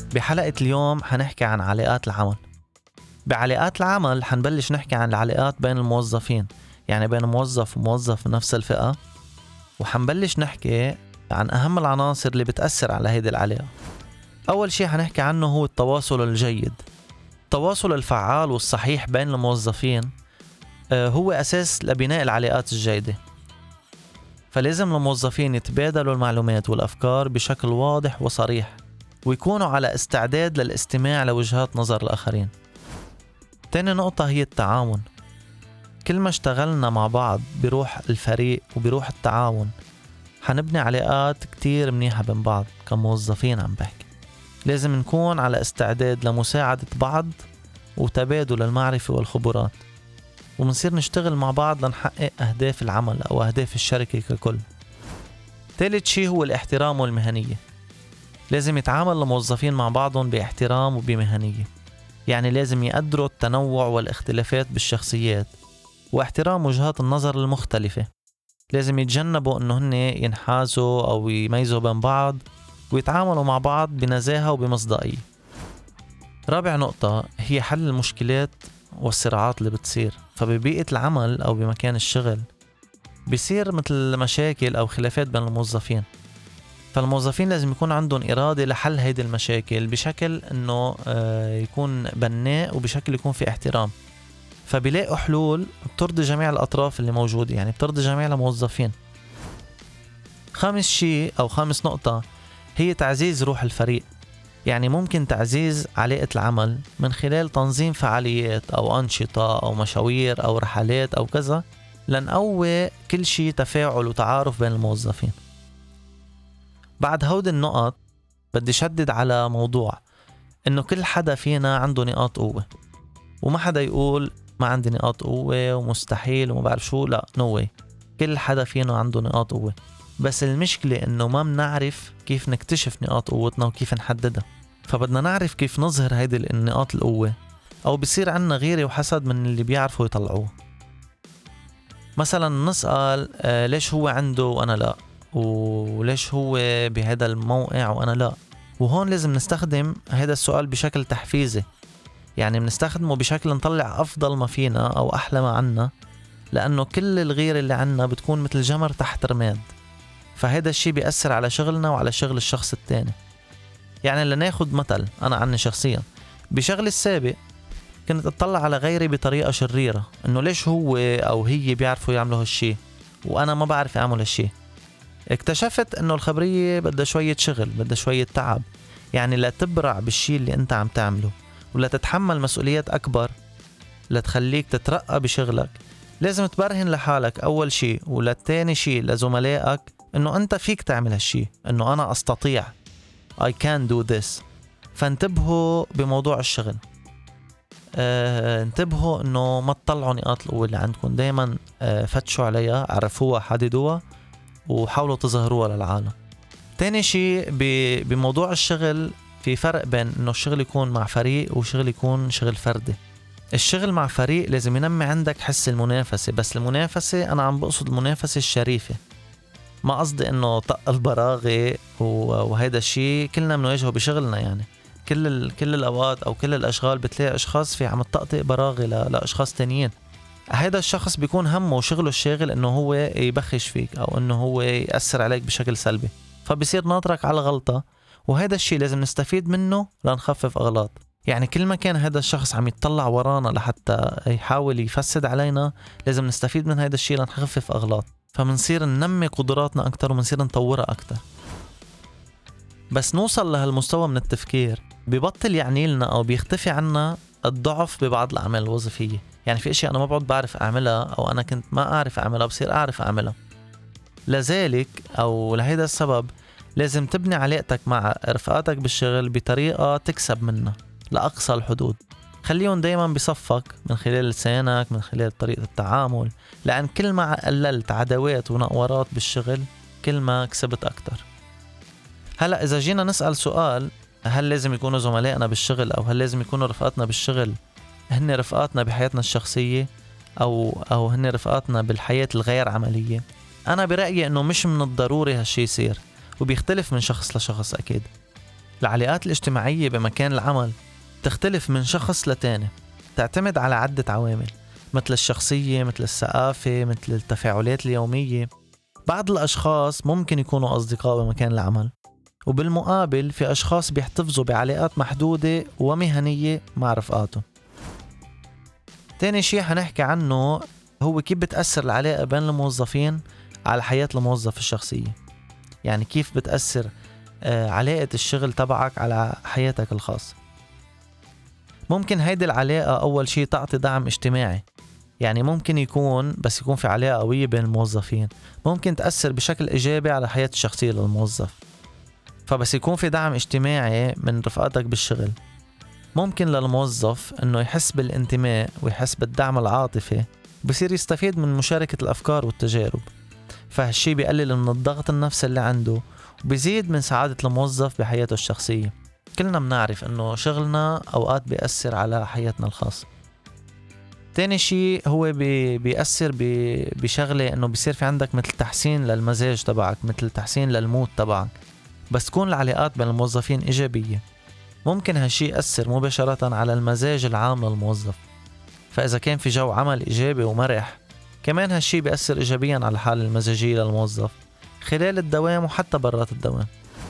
بحلقة اليوم حنحكي عن علاقات العمل. بعلاقات العمل حنبلش نحكي عن العلاقات بين الموظفين، يعني بين موظف وموظف من نفس الفئة، وحنبلش نحكي عن أهم العناصر اللي بتأثر على هيدي العلاقة. أول شيء حنحكي عنه هو التواصل الجيد. التواصل الفعال والصحيح بين الموظفين هو أساس لبناء العلاقات الجيدة. فلازم الموظفين يتبادلوا المعلومات والأفكار بشكل واضح وصريح، ويكونوا على استعداد للاستماع لوجهات نظر الآخرين. تاني نقطة هي التعاون. كل ما اشتغلنا مع بعض بروح الفريق وبروح التعاون حنبني علاقات كتير منيحة بين بعض. كموظفين عم بحكي لازم نكون على استعداد لمساعدة بعض وتبادل المعرفة والخبرات، ومنصير نشتغل مع بعض لنحقق أهداف العمل أو أهداف الشركة ككل. ثالث شيء هو الاحترام والمهنية. لازم يتعامل الموظفين مع بعضهم باحترام وبمهنية، يعني لازم يقدروا التنوع والاختلافات بالشخصيات واحترام وجهات النظر المختلفة. لازم يتجنبوا انه هن ينحازوا او يميزوا بين بعض، ويتعاملوا مع بعض بنزاهة وبمصداقية. رابع نقطة هي حل المشكلات والصراعات اللي بتصير. فببيئة العمل او بمكان الشغل بيصير مثل مشاكل او خلافات بين الموظفين، فالموظفين لازم يكون عندهم إرادة لحل هيدي المشاكل بشكل انه يكون بناء وبشكل يكون في احترام. فبيلاقوا حلول بترضي جميع الأطراف اللي موجودة، يعني بترضي جميع الموظفين. خامس شيء أو خامس نقطة هي تعزيز روح الفريق. يعني ممكن تعزيز علاقة العمل من خلال تنظيم فعاليات أو أنشطة أو مشاوير أو رحلات أو كذا، لنقوي كل شيء تفاعل وتعارف بين الموظفين. بعد هودي النقط بدي شدد على موضوع إنه كل حدا فينا عنده نقاط قوة، وما حدا يقول ما عندي نقاط قوة ومستحيل وما بعرف شو. لا، نو واي. كل حدا فينا عنده نقاط قوة، بس المشكلة انه ما بنعرف كيف نكتشف نقاط قوتنا وكيف نحددها. فبدنا نعرف كيف نظهر هيدي النقاط القوة، او بيصير عنا غيرة وحسد من اللي بيعرفوا يطلعوه. مثلا نسأل ليش هو عنده وانا لا، وليش هو بهذا الموقع وانا لا. وهون لازم نستخدم هذا السؤال بشكل تحفيزي، يعني بنستخدمه بشكل نطلع أفضل ما فينا أو أحلى ما عنا، لأنه كل الغير اللي عنا بتكون مثل جمر تحت رماد. فهذا الشيء بيأثر على شغلنا وعلى شغل الشخص التاني. يعني لناخد مثل أنا عني شخصيا، بشغل السابق كنت أطلع على غيري بطريقة شريرة، إنه ليش هو أو هي بيعرفوا يعملوا هالشي وأنا ما بعرف أعمل هالشي. اكتشفت إنه الخبرية بدها شوية شغل، بدها شوية تعب. يعني لا تبرع بالشي اللي أنت عم تعمله ولا تتحمل مسؤوليات أكبر لتخليك تترقى بشغلك. لازم تبرهن لحالك أول شيء، وللتاني شيء لزملائك إنه أنت فيك تعمل هالشيء، إنه أنا أستطيع، I can do this. فانتبهوا بموضوع الشغل. انتبهوا إنه ما تطلعوا نقاط القوة اللي عندكم. دايما فتشوا عليها، عرفوها، حددوها، وحاولوا تظهروها للعالم. تاني شيء بموضوع الشغل، في فرق بين انه الشغل يكون مع فريق وشغل يكون شغل فردي. الشغل مع فريق لازم ينمي عندك حس المنافسة، بس المنافسة انا عم بقصد المنافسة الشريفة. ما قصدي انه طق البراغي وهيدا الشيء كلنا بنواجهه بشغلنا. يعني كل الاوقات او كل الاشغال بتلاقي اشخاص في عم تطقطق براغي لاشخاص تانيين. هيدا الشخص بيكون همه وشغله الشاغل انه هو يبخش فيك او انه هو يأثر عليك بشكل سلبي، فبصير ناطرك على غلطة. وهذا الشيء لازم نستفيد منه لنخفف أغلاط. يعني كل ما كان هذا الشخص عم يتطلع ورانا لحتى يحاول يفسد علينا، لازم نستفيد من هذا الشيء لنخفف أغلاط، فمنصير ننمي قدراتنا أكتر ومنصير نطورها أكتر. بس نوصل لهالمستوى من التفكير ببطل يعني لنا أو بيختفي عنا الضعف ببعض الأعمال الوظيفية. يعني في أشياء أنا ما بعد بعرف أعملها أو أنا كنت ما أعرف أعملها بصير أعرف أعملها. لذلك أو لهذا السبب لازم تبني علاقتك مع رفقاتك بالشغل بطريقة تكسب منها لأقصى الحدود. خليهم دايما بصفك من خلال لسانك، من خلال طريقة التعامل، لأن كل ما قللت عداوات ونقورات بالشغل كل ما كسبت أكتر. هلأ إذا جينا نسأل سؤال، هل لازم يكونوا زملائنا بالشغل أو هل لازم يكونوا رفقاتنا بالشغل هن رفقاتنا بحياتنا الشخصية أو هن رفقاتنا بالحياة الغير عملية؟ أنا برأيي أنه مش من الضروري هالشي يصير، وبيختلف من شخص لشخص أكيد. العلاقات الاجتماعية بمكان العمل تختلف من شخص لتاني، تعتمد على عدة عوامل مثل الشخصية، مثل الثقافة، مثل التفاعلات اليومية. بعض الأشخاص ممكن يكونوا أصدقاء بمكان العمل، وبالمقابل في أشخاص بيحتفظوا بعلاقات محدودة ومهنية مع رفقاتهم. تاني شيء حنحكي عنه هو كيف بتأثر العلاقة بين الموظفين على حياة الموظف الشخصية. يعني كيف بتأثر علاقة الشغل تبعك على حياتك الخاصة. ممكن هيدي العلاقة أول شيء تعطي دعم اجتماعي، يعني ممكن يكون بس يكون في علاقة قوية بين الموظفين ممكن تأثر بشكل إيجابي على حياة الشخصية للموظف. فبس يكون في دعم اجتماعي من رفقاتك بالشغل، ممكن للموظف انه يحس بالانتماء ويحس بالدعم العاطفي، بصير يستفيد من مشاركة الأفكار والتجارب. فهالشي بيقلل من الضغط النفسي اللي عنده وبيزيد من سعادة الموظف بحياته الشخصية. كلنا بنعرف انه شغلنا اوقات بيأثر على حياتنا الخاصة. تاني شيء هو بيأثر بشغلة انه بيصير في عندك مثل تحسين للمزاج تبعك، مثل تحسين للمود تبعك. بس تكون العلاقات بين الموظفين إيجابية، ممكن هالشي يأثر مباشرة على المزاج العام للموظف. فإذا كان في جو عمل إيجابي ومرح، كمان هالشي بيأثر إيجابيا على الحالة المزاجية للموظف خلال الدوام وحتى برات الدوام.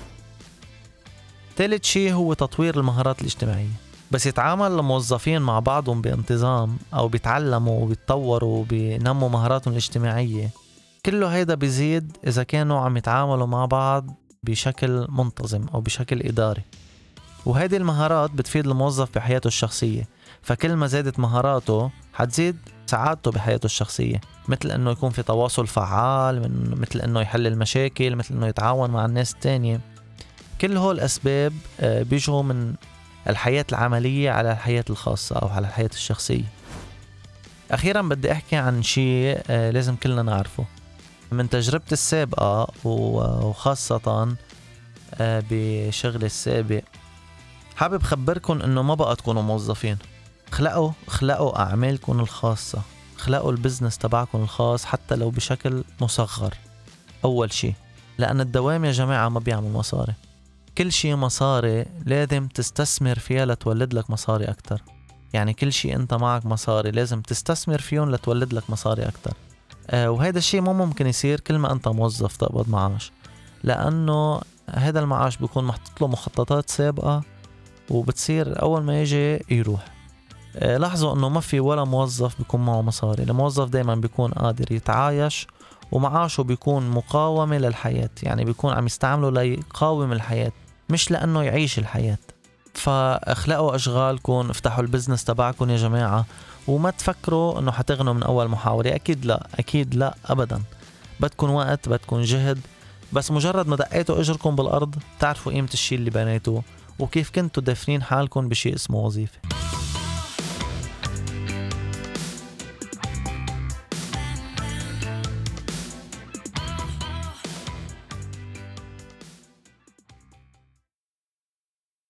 ثالث شيء هو تطوير المهارات الاجتماعية. بس يتعامل الموظفين مع بعضهم بانتظام أو بيتعلموا وبيتطوروا وبينموا مهاراتهم الاجتماعية، كله هيدا بيزيد إذا كانوا عم يتعاملوا مع بعض بشكل منتظم أو بشكل إداري. وهذه المهارات بتفيد الموظف بحياته الشخصية، فكل ما زادت مهاراته حتزيد سعادته بحياته الشخصية، مثل أنه يكون في تواصل فعال، مثل أنه يحل المشاكل، مثل أنه يتعاون مع الناس التانية. كل هول الأسباب بيجوا من الحياة العملية على الحياة الخاصة أو على الحياة الشخصية. أخيرا بدي أحكي عن شيء لازم كلنا نعرفه من تجربتي السابقة وخاصة بشغل السابق. حابب خبركن انه ما بقى تكونوا موظفين. اخلقوا اعمالكم الخاصة، اخلقوا البزنس تبعكم الخاص حتى لو بشكل مصغر. اول شيء لان الدوام يا جماعة ما بيعمل مصاري. كل شيء مصاري لازم تستثمر فيها لتولد لك مصاري اكتر. يعني كل شيء انت معك مصاري لازم تستثمر فيهم لتولد لك مصاري اكتر. وهذا الشيء مو ممكن يصير كل ما انت موظف تقبض معاش، لانه هذا المعاش بيكون محطوط له مخططات سابقة وبتصير أول ما يجي يروح. لاحظوا أنه ما في ولا موظف بيكون معه مصاري. الموظف دايما بيكون قادر يتعايش ومعاشه بيكون مقاومة للحياة، يعني بيكون عم يستعمله ليقاوم الحياة مش لأنه يعيش الحياة. فاخلقوا أشغالكم، افتحوا البزنس تبعكم يا جماعة، وما تفكروا أنه حتغنوا من أول محاولة. أكيد لا، أكيد لا أبدا. بدكن وقت، بدكن جهد، بس مجرد ما دقيتوا اجركم بالارض تعرفوا قيمة الشيء اللي بنيتوه وكيف كنتوا دافنين حالكم بشيء اسمه وظيفة.